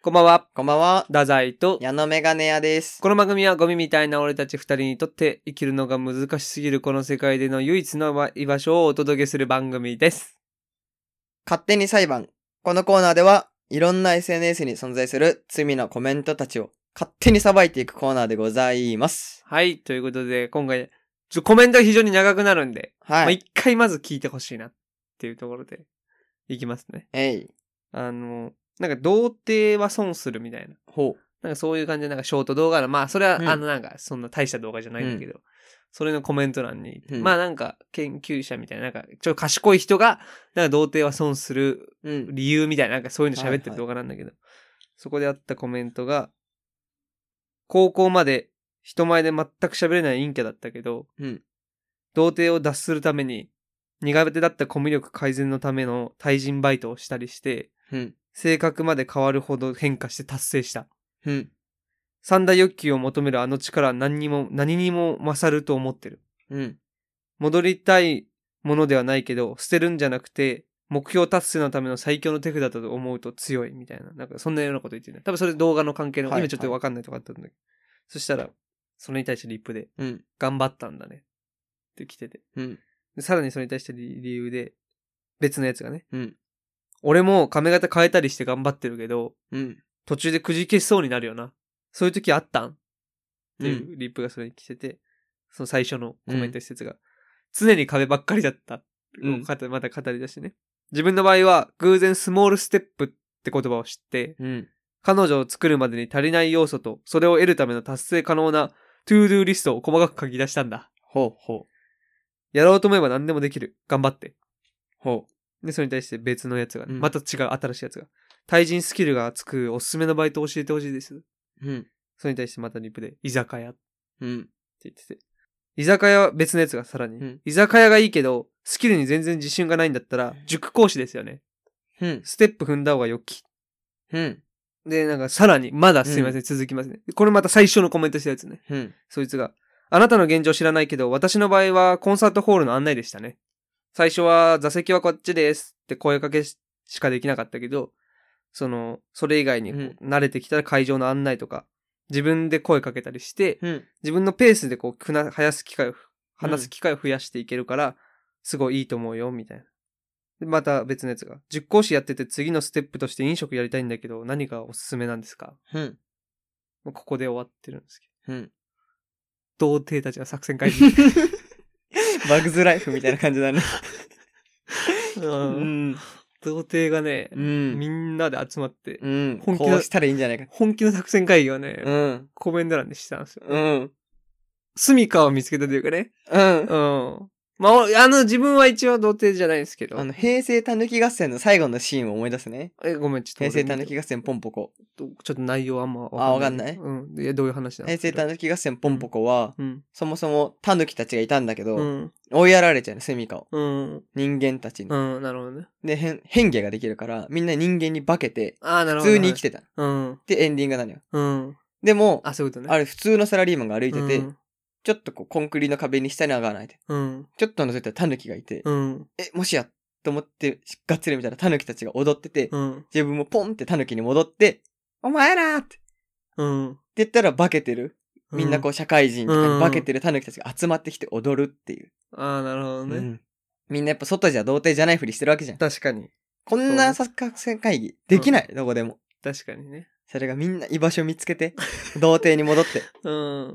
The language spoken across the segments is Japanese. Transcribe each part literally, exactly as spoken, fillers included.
こんばんは。 こんばんは。 太宰と、 矢野メガネ屋です。 この番組はゴミみたいな俺たち二人にとって生きるのが難しすぎるこの世界での唯一の居場所をお届けする番組です。 勝手に裁判。このコーナーでは、いろんな エスエヌエス に存在する罪のコメントたちを勝手に裁いていくコーナーでございます。 はい。ということで、今回、ちょコメントが非常に長くなるんで、 はい。 まあ、一回まず聞いてほしいなっていうところで、いきますね。 えい。 あの、なんか、童貞は損するみたいな。 ほう。 なんかそういう感じで、なんかショート動画の、まあ、それは、 うんあの、なんか、そんな大した動画じゃないんだけど、うん、それのコメント欄に、 うん、 まあなんか、研究者みたいな、なんか、ちょっと賢い人が、なんか童貞は損する理由みたいな、なんかそういうの喋ってる動画なんだけど、はいはい、そこであったコメントが、高校まで人前で全く喋れない陰キャだったけど、 うん、 童貞を脱するために、苦手だったコミュ力改善のための対人バイトをしたりして、 うん、 性格まで変わるほど変化して達成した。 うん、 三大欲求を求めるあの力は何にも、何にも勝ると思ってる。 うん。 戻りたいものではないけど、捨てるんじゃなくて、目標達成のための最強の手札だと思うと強いみたいな。なんかそんなようなこと言ってるね。多分それ動画の関係の、はいはい、今ちょっとわかんないとこあったんだけど。そしたら、それに対してリップで、 うん、 頑張ったんだね。って来てて。 うん、 でさらにそれに対して理由で、別のやつがね。 うん、 俺も髪型変えたりして頑張ってるけど、 うん、 途中でくじけそうになるよな。そういう時あったんっていうリップがそれに来てて、その最初のコメント施設が、うん、常に壁ばっかりだった。うん、また語り出してね。自分の場合は偶然スモールステップって言葉を知って、 うん、 彼女を作るまでに足りない要素と、それを得るための達成可能なトゥードゥーリストを細かく書き出したんだ。 ほうほう。 やろうと思えば何でもできる。頑張って。 ほう。で、それに対して別のやつが、ね、 うん、 また違う新しいやつが。対人スキルがつくおすすめのバイトを教えてほしいです。 うん。 それに対してまたリップで、居酒屋。 うん。 って言ってて。居酒屋は別のやつがさらに、 うん、 居酒屋がいいけど、スキルに全然自信がないんだったら、塾講師ですよね。 うん。 ステップ踏んだ方が良き。 うん。 で、なんかさらに、まだすいません、うん、続きますね。これまた最初のコメントしたやつね。 うん。 そいつが、あなたの現状知らないけど、私の場合はコンサートホールの案内でしたね。最初は座席はこっちですって声かけしかできなかったけど、その、それ以外に慣れてきたら会場の案内とか、自分で声かけたりして、 うん、 自分のペースでこう、話す機会を、話す機会を増やしていけるから、すごいいいと思うよ、みたいな。で、また別のやつが、塾講師やってて次のステップとして飲食やりたいんだけど、何がおすすめなんですか？ うん。 ここで終わってるんですけど。うん。 童貞たちは作戦会議。 バグズライフみたいな感じだね。 うん。童貞がね、うん、みんなで集まって、 うん、本気のこうしたらいいんじゃないか。 本気の作戦会議をね、 うん、 コメント欄でしたんですよ。 うん。 住処を見つけたというかね。 うん。 うん。まあ、あの、自分は一応童貞じゃないんですけど。 あの、平成たぬき合戦の最後のシーンを思い出すね。 え、ごめん、ちょっと。 平成たぬき合戦ポンポコ。 ちょっと内容あんまわかんない。 あ、わかんない。 うん。で、どういう話なの？ 平成たぬき合戦ポンポコは、 うん、 そもそもたぬきたちがいたんだけど、 うん、 追いやられちゃうの、住処を。 うん。 人間たちに。 うん、なるほどね。 で、変、変化ができるから、みんな人間に化けて、 あ、なるほど。 普通に生きてた。 うん。 で、エンディングなのよ。 うん。 でも、 あ、そういうことね。 あれ普通のサラリーマンが歩いてて、 うん、 ちょっとこう、コンクリの壁に下に上がらないで。 うん。 ちょっと覗いたらタヌキがいて、 うん。 え、もしや、と思って、がっつり見たらタヌキたちが踊ってて、 うん。 自分もポンってタヌキに戻って、お前らーって。 うん。 って言ったら化けてる。みんなこう、社会人とかに化けてるタヌキたちが集まってきて踊るっていう。 ああ、なるほどね、うん。 みんなやっぱ外じゃ童貞じゃないふりしてるわけじゃん。 確かに。 こんな作戦会議できない、うん、どこでも。 確かにね。 それがみんな居場所見つけて、童貞に戻って。 うん。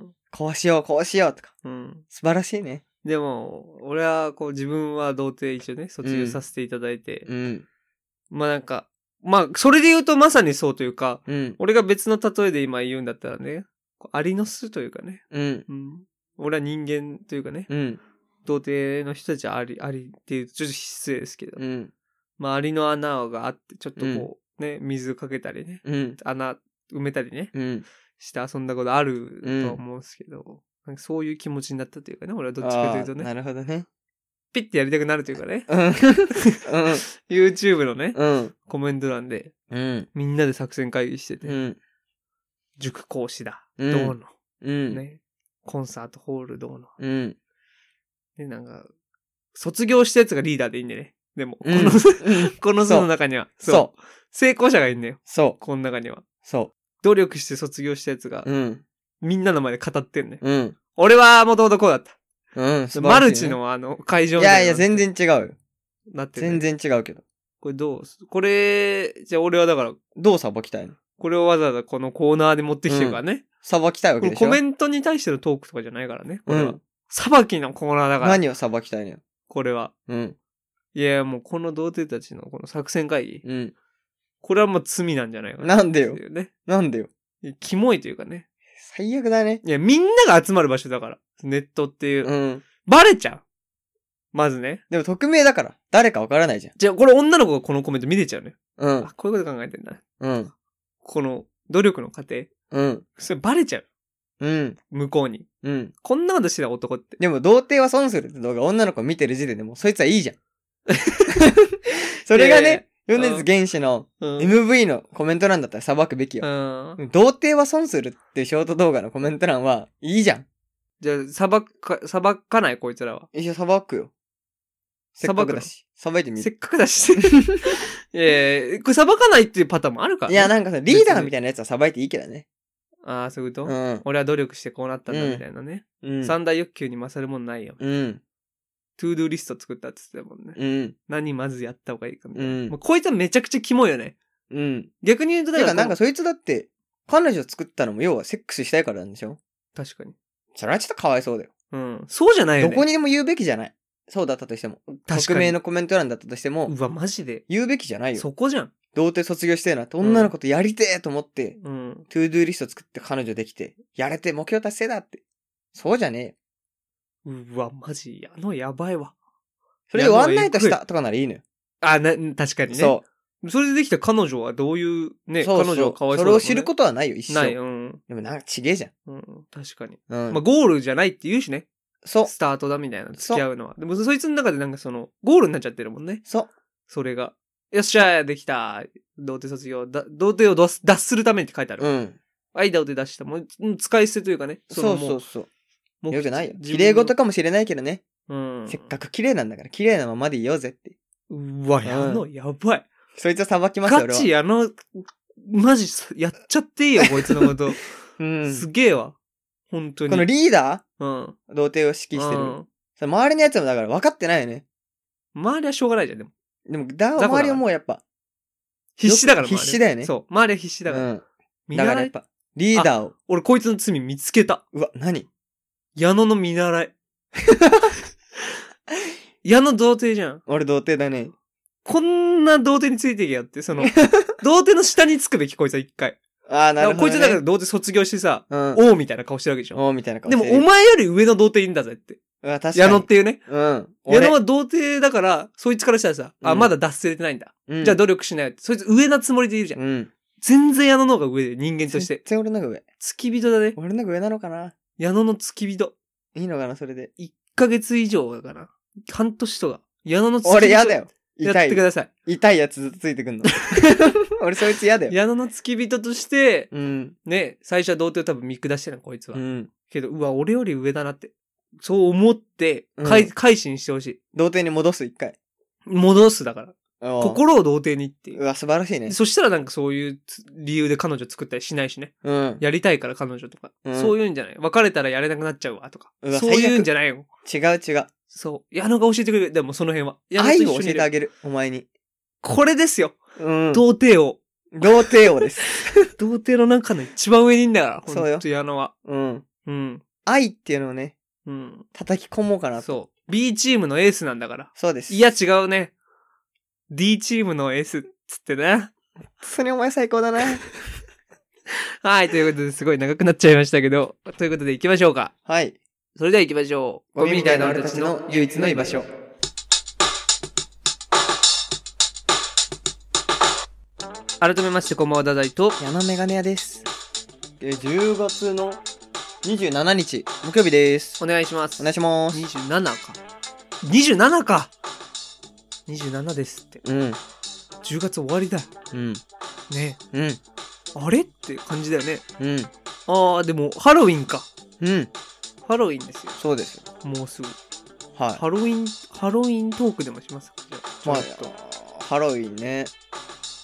こうしよう、こうしようとか。 うん。 素晴らしいね。 でも、俺はこう自分は童貞一応ね、卒業させていただいて。 うん。 まあなんか、まあ、それで言うとまさにそうというか、 うん、 俺が別の例えで今言うんだったらね、アリの巣というかね。 うん。 うん。俺は人間というかね。 うん。 童貞の人たちはアリ、アリっていう、ちょっと失礼ですけど。 うん。 まあ、アリの穴があって、ちょっとこう、ね、水かけたりね。 うん。 穴埋めたりね。 うん。 して遊んだことあると思うんですけど、うん、なんかそういう気持ちになったというかね、俺はどっちかというとね。 なるほどね。 ピッてやりたくなるというかね。 うん。 YouTube のね、 うん、 コメント欄で、 うん、 みんなで作戦会議してて、 うん、 塾講師だ、 うん、 どうの、 うん、 ね、コンサートホールどうの。 うん。 で、なんか、卒業したやつがリーダーでいいんでね。でも、この、 うん、 この巣の中には。 そう。 成功者がいんねよ。 そう。 この中には。 そ努力して卒業したやつが、 う。うん。 みんなの前で語ってんね。 うん。 俺はもともとこうだった。 うん。素晴マらしいねルチのあの、会場いみたやいや、全然違うよ。 なってる、 全然違うけど。 これどうこれ、じゃあ俺はだから、 どうさばきたいの？ これをわざわざこのコーナーで持ってきてるからね。 さばきたいわけでしょ？ コメントに対してのトークとかじゃないからね。これは。 うん。 さばきのコーナーだから。 何をさばきたいのよ。 これは。 うん。 いや、もうこの童貞たちのこの作戦会議。 うん。 これはもう罪なんじゃないかな。なんでよ。 ね、 なんでよ。 キモいというかね。 最悪だね。 いや、みんなが集まる場所だから。ネットっていう。 うん。 バレちゃう。まずね。 でも匿名だから。誰かわからないじゃん。 じゃあ、これ女の子がこのコメント見れちゃうね。 うん。 あ、こういうこと考えてんだ。 うん。 この努力の過程。 うん。 それバレちゃう。 うん。 向こうに。 うん。 こんなことしてた男って。 でも、童貞は損するって動画女の子見てる時点でもうそいつはいいじゃん。それがね、米津玄師の エムブイ のコメント欄だったら裁くべきよ。 うん。 童貞は損するってショート動画のコメント欄はいいじゃん。 じゃあ、裁か、裁かないこいつらは。 一緒裁くよ。せっかくだし。裁いてみる。 せっかくだし。いやいや、これ裁かないっていうパターンもあるから、ね。 いや、なんかさ、リーダーみたいなやつは裁いていいけどね。 ああ、そういうこと、 うん、 俺は努力してこうなったんだみたいなね。 うん、 三大欲求に勝るもんないよ。 うん。 トゥードゥーリスト作ったって言ってたもんね。 うん。 何まずやった方がいいかみたいな。 うん、 もうこいつはめちゃくちゃキモいよね。 うん。 逆に言うとだから。 てかなんかそいつだって、彼女作ったのも要はセックスしたいからなんでしょ？ 確かに。 それはちょっとかわいそうだよ。 うん。そうじゃないよね。 どこにでも言うべきじゃない。そうだったとしても。匿名のコメント欄だったとしても。 うわ、マジで。 言うべきじゃないよ。 そこじゃん。 童貞卒業してえなって、女の子とやりてえと思って、 うん。 トゥードゥーリスト作って彼女できて、やれて目標達成だって。そうじゃねえよ。うわ、マジ、あのやばいわ。 それでワンナイトしたとかならいいのよ。 あ、な、確かにね。 そう。 それでできた彼女はどういう、ね、 そうそう彼女はかわいそうだもんね。 それを知ることはないよ、一生。 ない、うん。 でもなんかちげえじゃん。 うん、確かに。 うん。 まあ、ゴールじゃないって言うしね。 そう。 スタートだみたいな、付き合うのは。でもそいつの中でなんかその、ゴールになっちゃってるもんね。 そう。 それが。よっしゃー、できた。童貞卒業。だ童貞を脱脱するためにって書いてある。 うん。 はい、童貞出した。もう、使い捨てというかね。 そそうそうそう。 もうよくないよ。綺麗事かもしれないけどね。 うん。 せっかく綺麗なんだから、綺麗なままでいようぜって。 うわ、やの、やばい。 そいつは裁きますよ、俺は。 ガチ、あの、マジ、やっちゃっていいよ、こいつのこと。うん。すげえわ。本当に。 このリーダーうん。 童貞を指揮してる。うん。周りのやつもだから分かってないよね。 周りはしょうがないじゃん、でも。 でも、だ、周りはもうやっぱ。 必死だから、 必死だよね。 そう。周りは必死だから。うん。 だからやっぱ、リーダーを。 俺、こいつの罪見つけた。 うわ、何？ 矢野の見習い。矢野童貞じゃん。 俺童貞だね。 こんな童貞についていけやって、その、童貞の下につくべき、こいつは一回。 ああ、なるほど、ね。 こいつだから童貞卒業してさ、うん、おーみたいな顔してるわけでしょ。 おーみたいな顔してる。でも、お前より上の童貞いいんだぜって。 うわ、確かに。 矢野っていうね。 うん。 矢野は童貞だから、そいつからしたらさ、うん、あ、まだ脱せれてないんだ。うん、じゃあ努力しないよって。そいつ上なつもりでいるじゃん。うん、全然矢野の方が上で、人間として。 全然俺の方が上。 付き人だね。 俺の方が上なのかな。 矢野の付き人。 いいのかな、それで。 いっかげつ以上だから。半年とか。矢野の付き人。 俺嫌だよ。 やってください。 痛いやつずっとついてくんの。俺そいつ嫌だよ。 矢野の付き人として、 うん、 ね、最初は童貞を多分見下してるの、こいつは。 うん、 けど、うわ、俺より上だなって。そう思って、かい、うん、改心してほしい。 童貞に戻す、一回。 戻すだから。心を童貞にっていう。 うわ、素晴らしいね。 そしたらなんかそういう理由で彼女作ったりしないしね。 うん。 やりたいから彼女とか。うん、そういうんじゃない。別れたらやれなくなっちゃうわとか。 うわ、 そういうんじゃないよ。 違う違う。 そう。矢野が教えてくれる。でもその辺は。 愛を教えてあげる。お前に。 これですよ。 うん。 童貞王。 童貞王です。 童貞の中の一番上にいんだから。 そうよ。 ほんと矢野は。 うん。 うん。 愛っていうのをね。 うん。 叩き込もうかなと。 そう。B チームのエースなんだから。 そうです。 いや違うね。D チームのエースっつってね。 それお前最高だな。 はい、ということですごい長くなっちゃいましたけど。ということで行きましょうか。 はい。 それでは行きましょう。 ゴミみたいな俺たちの唯一の居場所。 改めましてこんばんは、ダダイと矢野メガネ屋です。えじゅうがつのにじゅうしちにち木曜日です。 お願いします。 お願いします。 にじゅうななか。にじゅうななか。にじゅうななですって。 うん。 じゅうがつ終わりだよ。 うん。 ねえ。うん。 あれって感じだよね。 うん。 ああ、でもハロウィンか。 うん。 ハロウィンですよ。 そうですよ。 もうすぐ。 はい。 ハロウィン、ハロウィントークでもしますか？ まあ、ハロウィンね。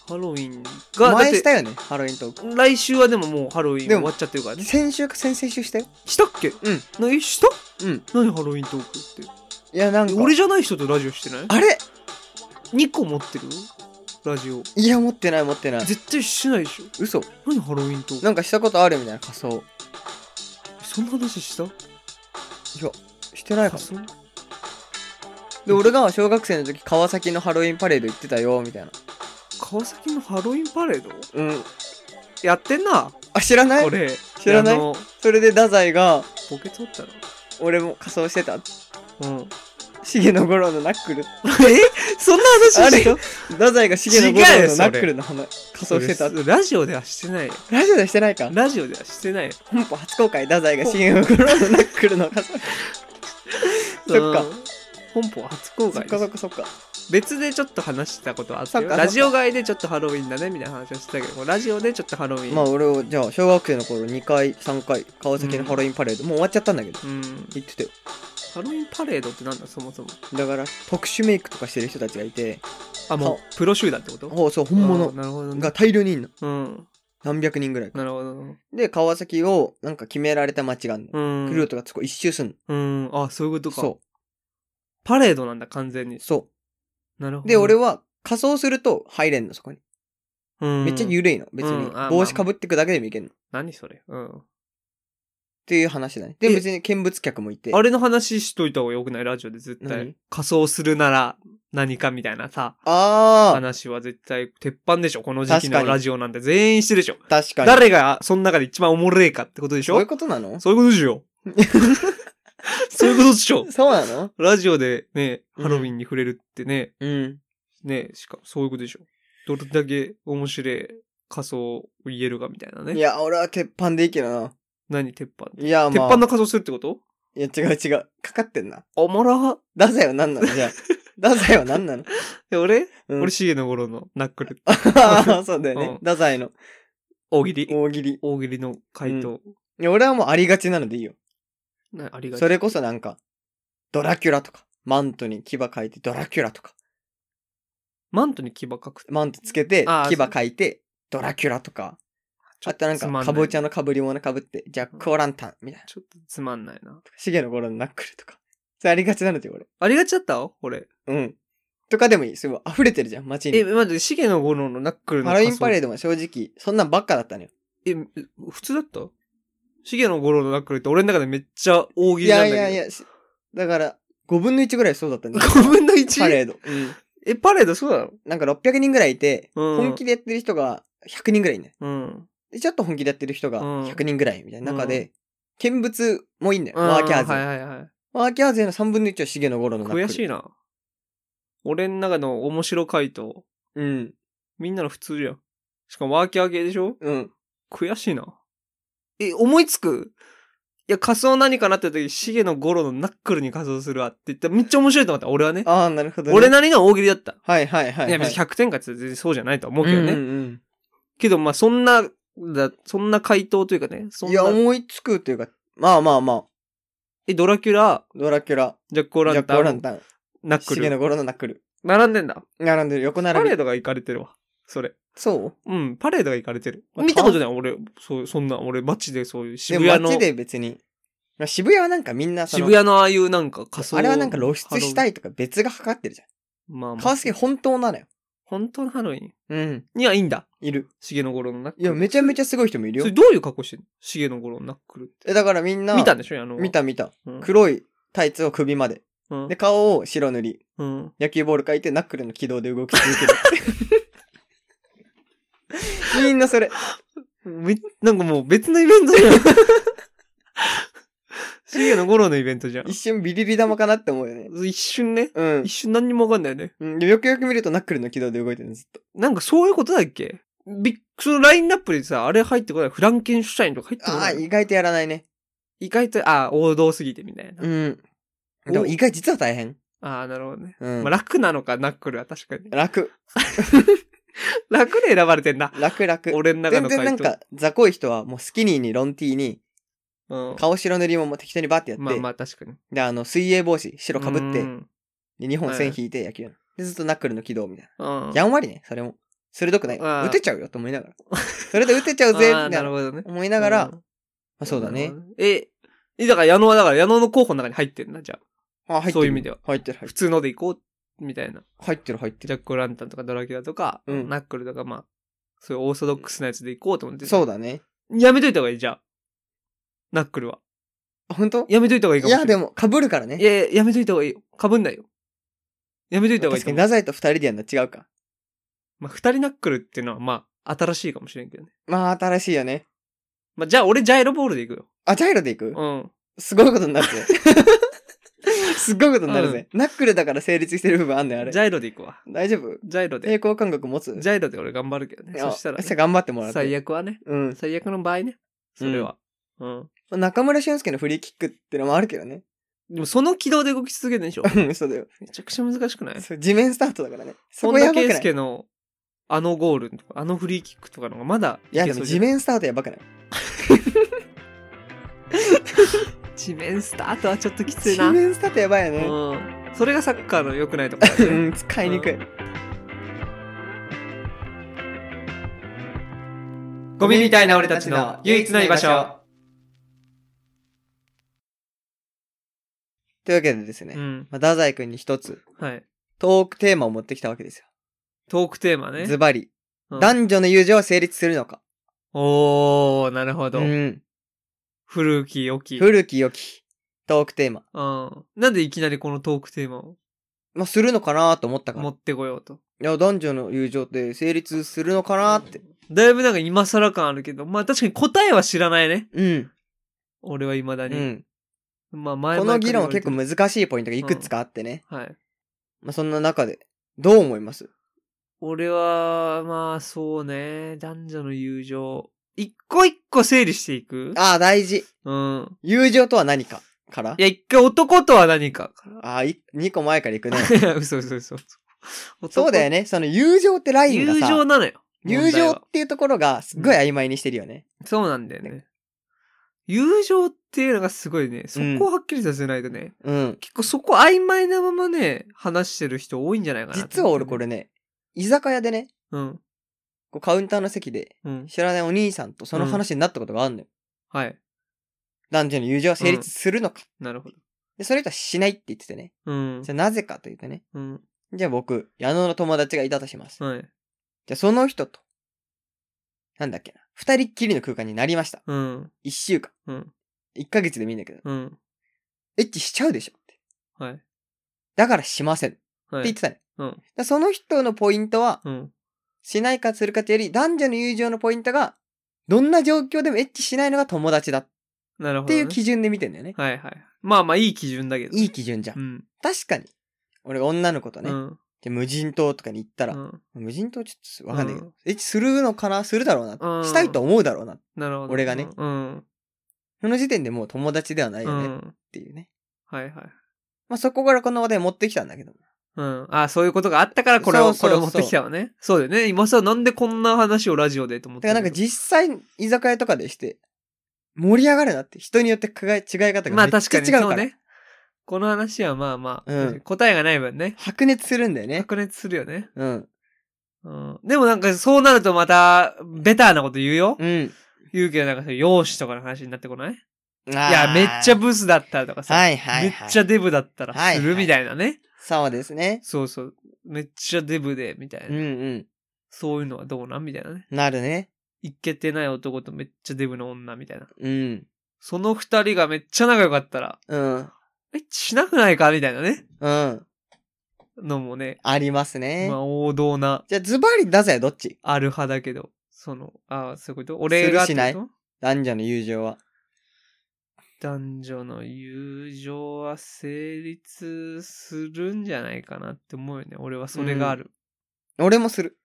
ハロウィンが、 前したよね、ハロウィントーク。 来週はでももうハロウィンでも終わっちゃってるからね。 先週か先々週したよ。 したっけ？ うん。 な、え、した？ うん。 何ハロウィントークって。 いや、なんか。 俺じゃない人とラジオしてない？ あれ ? に 個持ってるラジオ。 いや、持ってない持ってない。 絶対してないでしょ。 嘘。 何ハロウィントーク？ なんかしたことあるみたいな仮装。 そんな話した？いや、してないか仮装？ で、俺が小学生の時、川崎のハロウィンパレード行ってたよ、みたいな。 川崎のハロウィンパレード？ うん。 やってんな。 あ、知らないこれ。 知らない？それで太宰が、 ポケ取ったの？ 俺も仮装してた。 うん。 重野五郎のナックル。 えそんな話した？ 太宰が重野五郎のナックルの仮装してた。 ラジオではしてないよ。 ラジオではしてないか？ ラジオではしてないよ。 本邦初公開、太宰が重野五郎のナックルの仮装。そっか。 本邦初公開。 そっかそっかそっか。 別でちょっと話したことあったよ。ラジオ外でちょっとハロウィンだねみたいな話はしてたけど、ラジオでちょっとハロウィン。 まあ俺を、じゃあ小学生の頃にかい、さんかい、川崎のハロウィンパレード、うん、もう終わっちゃったんだけど、うん、行ってたよ。 ハロウィンパレードってなんだそもそも。 だから特殊メイクとかしてる人たちがいて、 あ、もうプロ集団ってこと？ ほうそう、本物が大量にいんの。うん。何百人ぐらいか。 なるほど。 で、川崎をなんか決められた街があるの。クルーとかそこ一周すんの。 うん。あ、そういうことか。 そう。 パレードなんだ、完全に。 そう。 なるほど。 で、俺は仮装すると入れんの、そこに。うん。めっちゃ緩いの、別に。帽子かぶってくだけでもいけんの。 何それ？うん。 っていう話だね。で、別に見物客もいて。 あれの話しといた方がよくない？ラジオで絶対。仮装するなら何かみたいなさ。ああ。話は絶対鉄板でしょ。この時期のラジオなんて全員してるでしょ。 確かに。 誰がその中で一番おもれえかってことでしょ？ そういうことなの？ そういうことでしょ。そういうことでしょ。 そうなの？ ラジオでね、ハロウィンに触れるってね。 うん。 ね、しかもそういうことでしょ。どれだけ面白い仮装を言えるかみたいなね。 いや、俺は鉄板でいいけどな。 何鉄板？ いや、まあ。 鉄板の仮装するってこと？ いや、違う違う。かかってんな。 おもろ。 太宰は何なの？じゃあ。太宰は何なの？ え、俺、うん、俺、重野五郎のナックル。 ああ、そうだよね。うん、太宰の。 大喜利。 大喜利。 大喜利の回答。うん、 いや、俺はもうありがちなのでいいよ。 な、ありがち。 それこそなんか、ドラキュラとか、マントに牙書いてドラキュラとか。 マントに牙書く。 マントつけて、牙書いて、ドラキュラとか。あとなんか、かぼちゃのかぶり物かぶって、ジャックオランタンみたいな。 ちょっとつまんないな。 重野五郎のナックルとか。それありがちなので、俺。 ありがちだった俺。 うん。とかでもいい。すごい溢れてるじゃん、街に。 え、待って、重野五郎のナックルのハロウィンパレードも正直、そんなんばっかだったのよ。 え、普通だった？重野五郎のナックルって俺の中でめっちゃ大喜利なんだけど。いやいやいや、 だから、ごぶんのいちぐらいそうだったんだよ。 ごぶんのいち？ パレード。うん。 え、パレードそうなの？ なんかろっぴゃくにんぐらいいて、うん、本気でやってる人がひゃくにんぐらいいんだよ。うん。で、ちょっと本気でやってる人がひゃくにんぐらいみたいな中で、うん、見物もいいんだよ。ワーキャー勢。はいはいはい。ワーキャー勢のさんぶんのいちは重野五郎のナックル。 悔しいな。俺の中の面白回答。 うん。 みんなの普通じゃん。しかもワーキャー系でしょ？ うん。 悔しいな。え、思いつく？いや、仮装何かなって時、重野五郎のナックルに仮装するわって言ったらめっちゃ面白いと思った。俺はね。 ああ、なるほど、ね。 俺なりの大喜利だった。 はいはいはい、はい。 いや、別にひゃくてんかって全然そうじゃないとは思うけどね。 うんうんうん、 けど、まあ、そんな、だそんな回答というかね。そんな。 いや、思いつくというか、まあまあまあ。 え、ドラキュラ。 ドラキュラ。 ジャックオランタン。 ジャックオランタン。 ナックル。 重野五郎のナックル。 並んでんだ。 並んでる。横並び。 パレードが行かれてるわ。それ。 そううん。パレードが行かれてる。見たことない。俺、そう、そんな、俺、街でそういう渋谷の。 街で別に。渋谷はなんかみんなその。渋谷のああいうなんか仮装。 あれはなんか露出したいとか別がかかってるじゃん。 まあまあ。 川崎本当なのよ。 本当のハロウィン。 うん。 にはいいんだ。 いる。 重野五郎のナックル。 いや、めちゃめちゃすごい人もいるよ。 それどういう格好してんの？重野五郎のナックルって。 え、だからみんな。 見たんでしょあの。 見た見た。うん、黒いタイツを首まで。うん、で、顔を白塗り。うん。野球ボール描いてナックルの軌道で動き続ける。みんなそれ。 め、なんかもう別のイベントじゃん。重野五郎のイベントじゃん。 一瞬ビリリ玉かなって思うよね。 一瞬ね。 うん。 一瞬何にもわかんないよね。 うん。でよくよく見るとナックルの軌道で動いてるのずっと。 なんかそういうことだっけ？ビッそのラインナップでさ、あれ入ってこない。フランケンシュタインとか入ってこない。 ああ、意外とやらないね。 意外と、ああ、王道すぎてみたいな。 うん。でも意外実は大変。 ああ、なるほどね。 うん。 まあ楽なのか、ナックルは確かに。 楽。 楽で選ばれてんだ。 楽楽。 俺の中の回答。 全然なんか、雑魚い人はもうスキニーにロンティーに、うん、顔白塗りももう適当にバッてやって。 まあまあ確かに。 で、あの、水泳帽子、白被って、で、にほん線引いて野球、はい、で、ずっとナックルの軌道みたいな。うん。やんわりね、それも。 鋭くない。撃てちゃうよと思いながら。それで撃てちゃうぜ、みたいな。思いながら、まあ、そうだね。 え、え、だから矢野はだから矢野の候補の中に入ってるな、じゃあ。あ、入ってる。そういう意味では。 入ってる、入ってる。 普通ので行こう、みたいな。 入ってる、入ってる。 ジャック・ランタンとかドラキュラとか、うん、ナックルとか、まあ、そういうオーソドックスなやつで行こうと思って。 そうだね。 やめといた方がいい、じゃあ。ナックルは。 あ、本当？ やめといた方がいいかもしれない。 いや、でも、被るからね。 いやいや、やめといた方がいいよ。被んないよ。やめといた方がいい。 確かに、ダザイと二人でやるの違うか。 まあ、二人ナックルっていうのは、まあ、新しいかもしれんけどね。 まあ、新しいよね。 まあ、じゃあ、俺、ジャイロボールで行くよ。 あ、ジャイロで行く？ うん。 すごいことになるぜ。すごいことになるぜ、うん。ナックルだから成立してる部分あんねん、あれ。 ジャイロで行くわ。 大丈夫？ ジャイロで。 平行感覚持つ？ ジャイロで俺頑張るけどね。そしたら、ね。 じゃ頑張ってもらって。 最悪はね。 うん。 最悪の場合ね。それは。うん。 うん、中村俊輔のフリーキックってのもあるけどね。 でもその軌道で動き続けるんでしょ？ うん、そうだよ。 めちゃくちゃ難しくない？ そう、地面スタートだからね。そこやばくない？ 本田圭佑のあのゴールとか、あのフリーキックとかのがまだいや、でも地面スタートやばくない？ 地面スタートはちょっときついな。 地面スタートやばいよね。 うん。それがサッカーの良くないところだね。 うん、使いにくい。 ゴミみたいな俺たちの唯一の居場所。 というわけでですね、うん、まあ、太宰くんに一つ、 はい、 トークテーマを持ってきたわけですよ。 トークテーマね。 ズバリ、うん。男女の友情は成立するのか。 おー、なるほど。 うん。 古き良き。 古き良き。トークテーマ。 うん。なんでいきなりこのトークテーマをまあ、するのかなと思ったから。 持ってこようと。 いや、男女の友情って成立するのかなって。 だいぶなんか今更感あるけど、まあ確かに答えは知らないね。 うん。 俺は未だに。 うん。 まあ前この議論は結構難しいポイントがいくつかあってね。 うん、はい。 まあそんな中で、どう思います？ 俺は、まあそうね、男女の友情。一個一個整理していく？ ああ、大事。 うん。 友情とは何かから？ いや、一回男とは何かから。 ああ、二個前からいくね。 嘘嘘嘘。 そうだよね。その友情ってラインがさ。 友情なのよ。 友情っていうところがすっごい曖昧にしてるよね。 うん、そうなんだよね。友情っていうのがすごいね、そこをはっきりさせないとね、 うん、 結構そこ曖昧なままね、話してる人多いんじゃないかな、ね。 実は俺これね、居酒屋でね、 うん、 こうカウンターの席で、うん、知らないお兄さんとその話になったことがあるのよ。 うん、はい。 男女の友情は成立するのか。 うん、なるほど。 で、それとはしないって言っててね。 うん、 じゃあなぜかと言ってね。 うん、 じゃあ僕、矢野の友達がいたとします。 はい。 じゃあその人と、なんだっけな。二人っきりの空間になりました。 うん。 一週間。 うん。 一ヶ月でもいいんだけど。 うん。 エッチしちゃうでしょって。 はい。 だからしません。って言ってたね。 うん。 だその人のポイントは、 うん。しないかするかというより、男女の友情のポイントが、どんな状況でもエッチしないのが友達だ。 なるほど、 ね。っていう基準で見てんだよね。 はいはい。まあまあいい基準だけど、 ね。いい基準じゃん。うん。確かに。俺が女の子とね。うん。で、無人島とかに行ったら、うん、無人島ちょっとわかんないけど、うん、エッチするのかなするだろうな、うん。したいと思うだろうな。 なるほど。 俺がね。 うん。 その時点でもう友達ではないよね。っていうね。 うん、はいはい。 まあそこからこの話題持ってきたんだけども。 うん。ああ、そういうことがあったからこれを、そうそうそうこれを持ってきたわね。そうだよね。今さ、なんでこんな話をラジオでと思って。 だからなんか実際、居酒屋とかでして、盛り上がるなって。人によって違い方がめっちゃ違うから。まあ確かにそうね。 この話はまあまあ、 うん、 答えがない分ね。 白熱するんだよね。 白熱するよね。 うん。 うん、でもなんかそうなるとまた、ベターなこと言うよ。 うん。 言うけどなんか容姿とかの話になってこない？いや、めっちゃブスだったらとかさ。 はいはい、はい。 めっちゃデブだったらするみたいなね。はいはい、 そうですね。 そうそう。めっちゃデブで、みたいな。 うんうん。 そういうのはどうなんみたいなね。 なるね。 いけてない男とめっちゃデブの女みたいな。 うん。 その二人がめっちゃ仲良かったら。 うん。 え、しなくないかみたいなね。 うん。 のもね。 ありますね。 まあ王道な。 じゃあズバリだぜ、どっち？ ある派だけど。その、ああ、そういうこと？俺がってこと？ するしない？男女の友情は。 男女の友情は成立するんじゃないかなって思うよね。俺はそれがある。 うん、俺もする。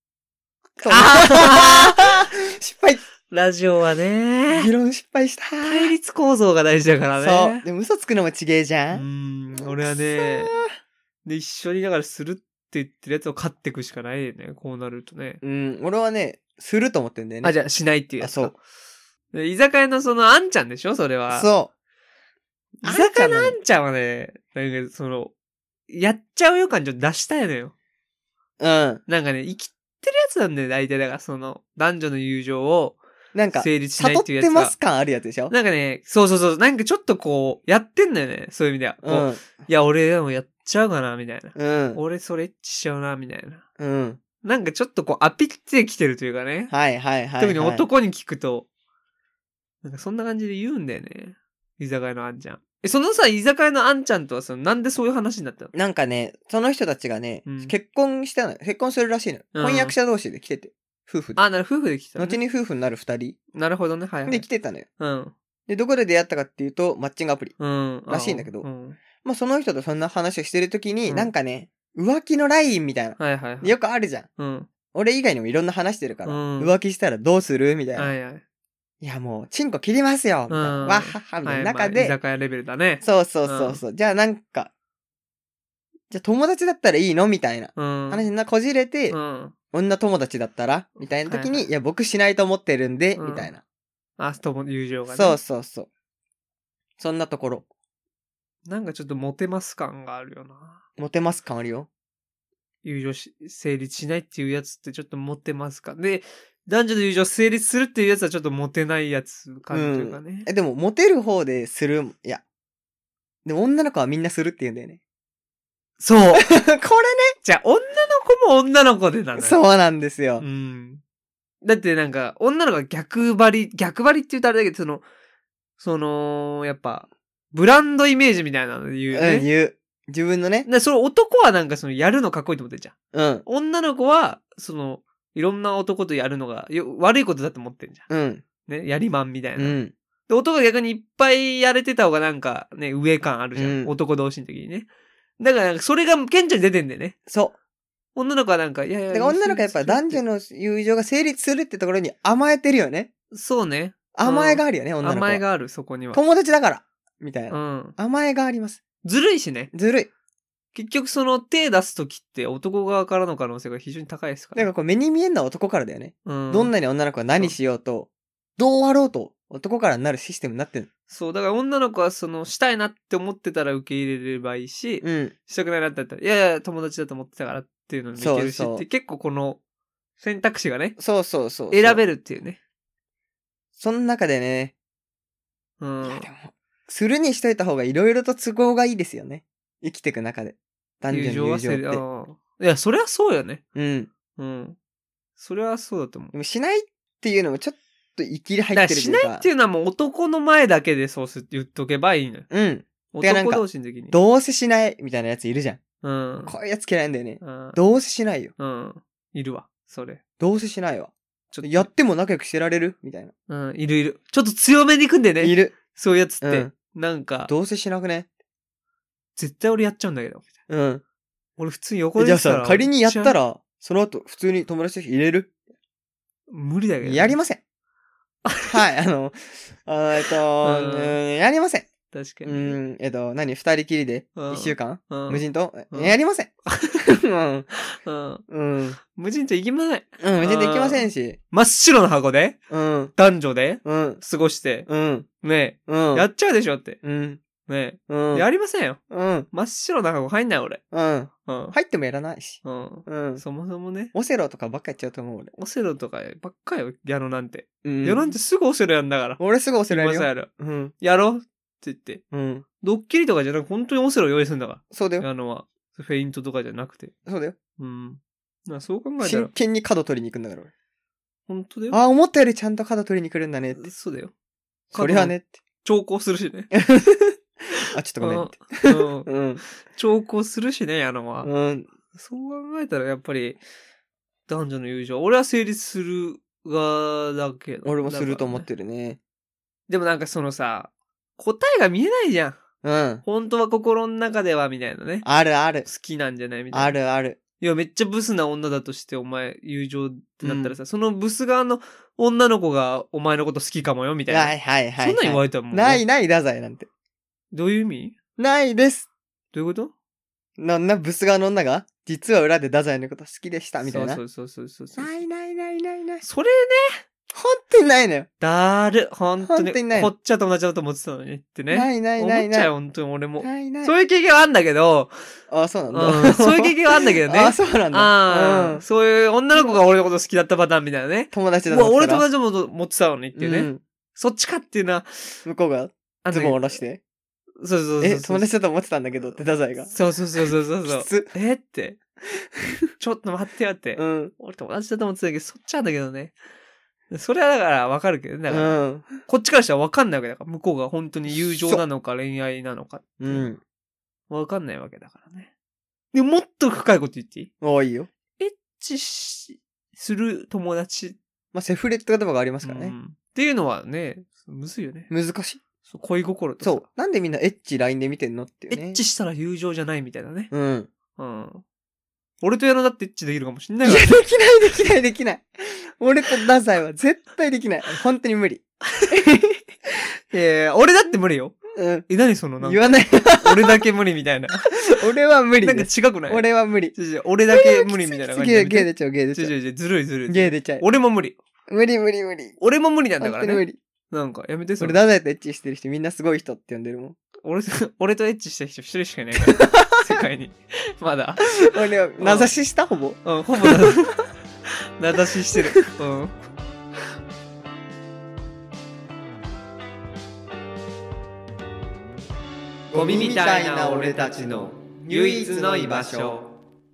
失敗。 ラジオはね。 議論失敗した。 対立構造が大事だからね。 そう。でも嘘つくのもちげえじゃん。 うん。俺はね。で、一緒にだからするって言ってるやつを勝っていくしかないよね。こうなるとね。 うん。俺はね、すると思ってんだよね。 あ、じゃあしないっていうやつか。 そう。 で居酒屋のそのあんちゃんでしょそれは。 そう。 居酒屋のあんちゃんはね、なんかその、やっちゃう予感ちょっと出したいのよ。 うん。 なんかね、行きってるやつなんだよ、大体。だから、その、男女の友情を、 なんか、 成立しないっていうやつ悟ってます感あるやつでしょ。 なんかね、そうそうそう、なんかちょっとこう、やってんだよね、そういう意味では。こう、 うん。 いや、俺でもやっちゃうかな、みたいな。 うん。 俺それエッチしちゃうな、みたいな。 うん。 なんかちょっとこう、アピってきてるというかね。 はいはいはい、はい。 特に男に聞くと、なんかそんな感じで言うんだよね。居酒屋のあんちゃん。え、そのさ、居酒屋のあんちゃんとはさ、なんでそういう話になったの？ なんかね、その人たちがね、うん、結婚したのよ。結婚するらしいのよ。うん、婚約者同士で来てて。夫婦で。 あ、なる、夫婦で来てた、ね。 後に夫婦になる二人。 なるほどね、はい、はい。 で来てたのよ。 うん。 で、どこで出会ったかっていうと、マッチングアプリ。うん。らしいんだけど。うん。まあ、その人とそんな話をしてるときに、うん、なんかね、浮気のラインみたいな。はいはい、はい。よくあるじゃん。うん。俺以外にもいろんな話してるから、うん、浮気したらどうするみたいな。はいはい。いやもう、チンコ切りますよみたいな。わっはっは、みたいな中で、はいまあ。居酒屋レベルだね。そうそうそうそう、うん。じゃあなんか、じゃあ友達だったらいいのみたいな。話にこじれて、うん、女友達だったらみたいな時に、はいはい、いや僕しないと思ってるんで、うん、みたいな。あ、友、友情がね。そうそうそう。そんなところ。 なんかちょっとモテます感があるよな。 モテます感あるよ。 友情し、成立しないっていうやつってちょっとモテますか。で、男女の友情成立するっていうやつはちょっとモテないやつ感じるかね、うん。 え、でもモテる方でする、いや。でも女の子はみんなするって言うんだよね。 そう。これね。じゃあ女の子も女の子でなのよ。 そうなんですよ。 うん。だってなんか、女の子が逆張り、逆張りって言うとあれだけど、その、その、やっぱ、ブランドイメージみたいなの言うね。 うん、言う。自分のね。 で、その男はなんかそのやるのかっこいいと思ってんじゃん。 うん。 女の子は、その、いろんな男とやるのがよ悪いことだと思ってんじゃん。 うん。 ね、やりまんみたいな。 うん。 で、男が逆にいっぱいやれてた方がなんかね、上感あるじゃん。うん、男同士の時にね。だから、それが顕著に出てんだよね。 そう。 女の子はなんか、いやいや。 だから女の子はやっぱ男女の友情が成立するってところに甘えてるよね。 そうね。 甘えがあるよね、うん、女の子は。 甘えがある、そこには。 友達だから。みたいな。 うん。 甘えがあります。 ずるいしね。 ずるい。 結局その手出すときって男側からの可能性が非常に高いですから。 だからこう目に見えんのは男からだよね。うん。どんなに女の子が何しようと、どうあろうと男からなるシステムになってる。 そう、だから女の子はそのしたいなって思ってたら受け入れればいいし、うん。したくないなって言ったら、いやいや友達だと思ってたからっていうのにできるしそうそうって結構この選択肢がね。 そうそうそうそう。 選べるっていうね。 その中でね。 うん。 いやでも、するにしといた方がいろいろと都合がいいですよね。生きていく中で。男女の友情って。 いや、それはそうよね。 うん。 うん。それはそうだと思う。 でもしないっていうのもちょっと生きり入ってるというか。 しないっていうのはもう男の前だけでそうす言っとけばいいのよ。 うん。 男同士の時に。 どうせしないみたいなやついるじゃん。 うん。 こういうやつ嫌いなんだよね。うん。どうせしないよ。 うん。いるわ。それ。 どうせしないわ。ちょっとやっても仲良くしてられるみたいな。 うん。いるいる。ちょっと強めに行くんだよね。 いる。 そういうやつって。うん、なんか。 どうせしなくね。 絶対俺やっちゃうんだけど。みたいな。 うん。 俺普通に横でやったら。 じゃあさ、仮にやったら、その後普通に友達と入れる？ 無理だけど、ね。 やりません。はい、あの、あえっと、うん、やりません。 確かに。 うん、えっと、何二人きりで一週間、うん、無人島、うん、やりません。うん。うん。 無人島行きません。 うん、無人島行きませんし。 真っ白な箱でうん。男女でうん。過ごして。 うん。 ねえ。うん。やっちゃうでしょって。 うん。 ねえ。うん。やりませんよ。うん。真っ白な箱入んない俺。 うん。うん。入ってもやらないし。 うん。うん。そもそもね。 オセロとかばっかやっちゃうと思う俺。 オセロとかばっかよ、矢野なんて。うん。矢野なんてすぐオセロやんだから。 俺すぐオセロやるよ。 やる。うん。やろうって言って。うん。ドッキリとかじゃなく本当にオセロ用意するんだから。 そうだよ。 矢野は。フェイントとかじゃなくて。 そうだよ。 うん。まあそう考えたら。 真剣に角取りに行くんだから俺。 本当だよ。 ああ、思ったよりちゃんと角取りに来るんだねって。 そうだよ。 それはねって。 長考するしね。 あ、ちょっとごめんって。 うん。長考するしね、矢野は。うん。そう考えたらやっぱり、男女の友情。俺は成立する側だけど。 俺もすると思ってるね。 でもなんかそのさ、答えが見えないじゃん。 うん。 本当は心の中ではみたいなね。 あるある。 好きなんじゃないみたいな。 あるある。 いや、めっちゃブスな女だとしてお前友情ってなったらさ、うん、そのブス側の女の子がお前のこと好きかもよみたいな。 はいはいはい、はい。 そんなん言われたらもう、ね。 ないない、太宰なんて。 どういう意味？ ないです。 どういうこと？ な、な、ブス側の女が実は裏で太宰のこと好きでしたみたいな。 そうそうそうそうそう。 ないないないないない。 それね、 本当にないのよ。 だる。本当に。 本当にないこっちは友達だと思ってたのにってね。 ないないないない。 思っちゃうよ、本当に俺も。 ないない。 そういう経験はあんだけど。 あ、そうなんだ。 うん、そういう経験はあんだけどね。 あ、そうなんだ。 あ、うん。そういう女の子が俺のこと好きだったパターンみたいなね。 友達だと思ったら。俺友達も持ってたのにっていうね。うん、そっちかっていうのは。 向こうがズボン下ろして。 そうそうそうそう。 え、友達だと思ってたんだけどって、太宰が。 そうそうそうそうそう。 きつ。 えって。ちょっと待ってよって。 うん。 俺友達だと思ってたけど、そっちなんだけどね。それはだから分かるけどね。だから、 うん、 こっちからしたら分かんないわけだから。向こうが本当に友情なのか恋愛なのか。 うん。 分かんないわけだからね。でも、もっと深いこと言っていい？ ああ、いいよ。 エッチし、する友達。 まあ、セフレって言葉がありますからね。うん、 っていうのはね、むずいよね。 難しい。 そう恋心とさ。そう。なんでみんなエッチ ライン で見てんのっていうね。 エッチしたら友情じゃないみたいなね。 うん。 うん。俺と矢野だってエッチできるかもしんないから。いや、できないできないできない。俺と太宰は絶対できない。本当に無理。 いやいや、俺だって無理よ。 うん。 え、何そのなんか。 言わない。 俺だけ無理みたいな。 俺は無理。 なんか違くない？ 俺は無理。 俺だけ無理みたいな感じで。ゲー出ちゃう、ゲー出ちゃう。 ずるいずるい。 ゲー出ちゃう。 俺も無理。 無理無理無理。 俺も無理なんだからね。 本当に無理。 なんか、やめてそれ。俺、太宰とエッチしてる人みんなすごい人って呼んでるもん。 俺、俺とエッチした人一人しかいないから。世界に。まだ。 俺は、名指ししたほぼ。 うん、ほぼ名指ししてる。うん。ゴミみたいな俺たちの唯一の居場所。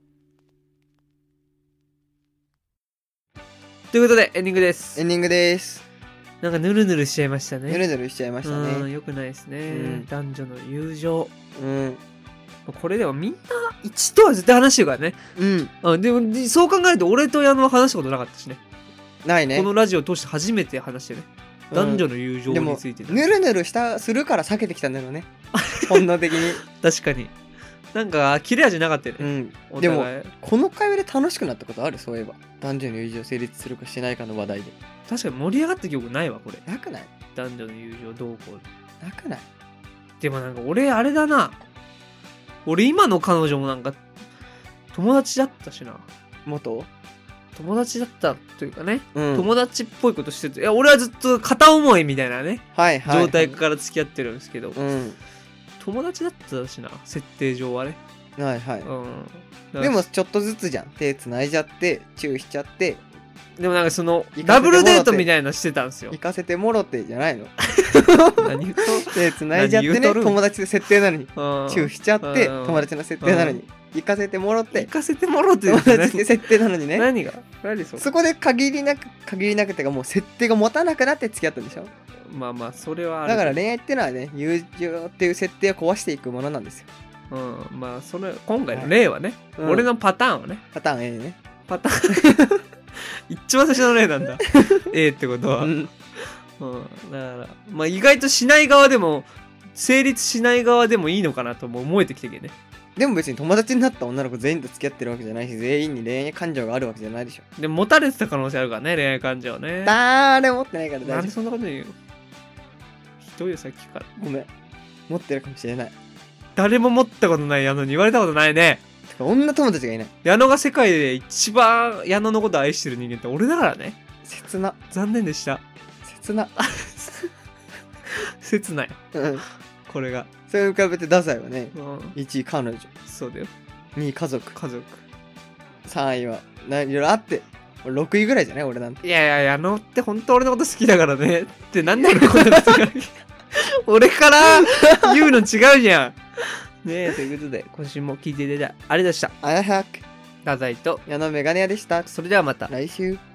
ということでエンディングです。 エンディングです。 なんかヌルヌルしちゃいましたね。 ヌルヌルしちゃいましたね。 うん、よくないですね、うん。男女の友情。 うん。 これでもみんな一度は絶対話してるからね。 うん。 あでもそう考えると俺と矢野は話したことなかったしね。 ないね。 このラジオを通して初めて話してね。男女の友情について、 ね、うん、でもヌルヌルしたするから避けてきたんだろうね。本能的に。 確かに。なんか切れ味なかったよね。うん。でもこの会話で楽しくなったことある？そういえば男女の友情成立するかしないかの話題で。 確かに盛り上がった記憶ないわこれ。 なくない？ 男女の友情どうこう。なくない？ でもなんか俺あれだな。俺今の彼女もなんか友達だったしな。 元？ 友達だったというかね、 うん、 友達っぽいことしてて、いや俺はずっと片思いみたいなね、 はいはいはい、 状態から付き合ってるんですけど、 うん、 友達だったしな、設定上はね。 はいはい。 うん、 でもちょっとずつじゃん。手繋いじゃって、チューしちゃって。 でもなんかそのダブルデートみたいなしてたんですよ。 行かせてもろてじゃないの？何言うと手繋いじゃってね、友達の設定なのに。チューしちゃって、友達の設定なのに。行かせてもろって。 行かせてもろって。 友達の設定なのにね。 何が何そそこで限りなく、限りなくてかもう設定が持たなくなって付き合ったんでしょ？ まあまあ、それはある。 だから恋愛ってのはね、友情っていう設定を壊していくものなんですよ。 うん、まあ、それ、今回の例はね、はい、俺のパターンはね。 パターン A ね。 パターン。一番最初の例なんだ。A ってことは。うん。うん、だから、まあ意外としない側でも、成立しない側でもいいのかなとも思えてきてけどね。 でも別に友達になった女の子全員と付き合ってるわけじゃないし、全員に恋愛感情があるわけじゃないでしょ。 でも持たれてた可能性あるからね、恋愛感情ね。 誰も持ってないから大丈夫。 なんでそんなこと言うの？ひどいよ、さっきから。 ごめん。持ってるかもしれない。 誰も持ったことない矢野に言われたことないね。 女友達がいない。 矢野が世界で一番矢野のことを愛してる人間って俺だからね。 切な。 残念でした。 切な。 切ない。 うん。 これが。 それに比べて太宰はね、うん、いちい彼女。 そうだよ。 にい家族。 家族。 さんいは、ないろいろあって、ろくいぐらいじゃない俺なんて。 いやいや、矢野って本当俺のこと好きだからね。ってなんで俺こんなこと俺から言うの違うじゃん。ねえ、ということで、今週も聞いていただいてありがとうございました。 あやはく。 太宰と矢野メガネ屋でした。 それではまた来週。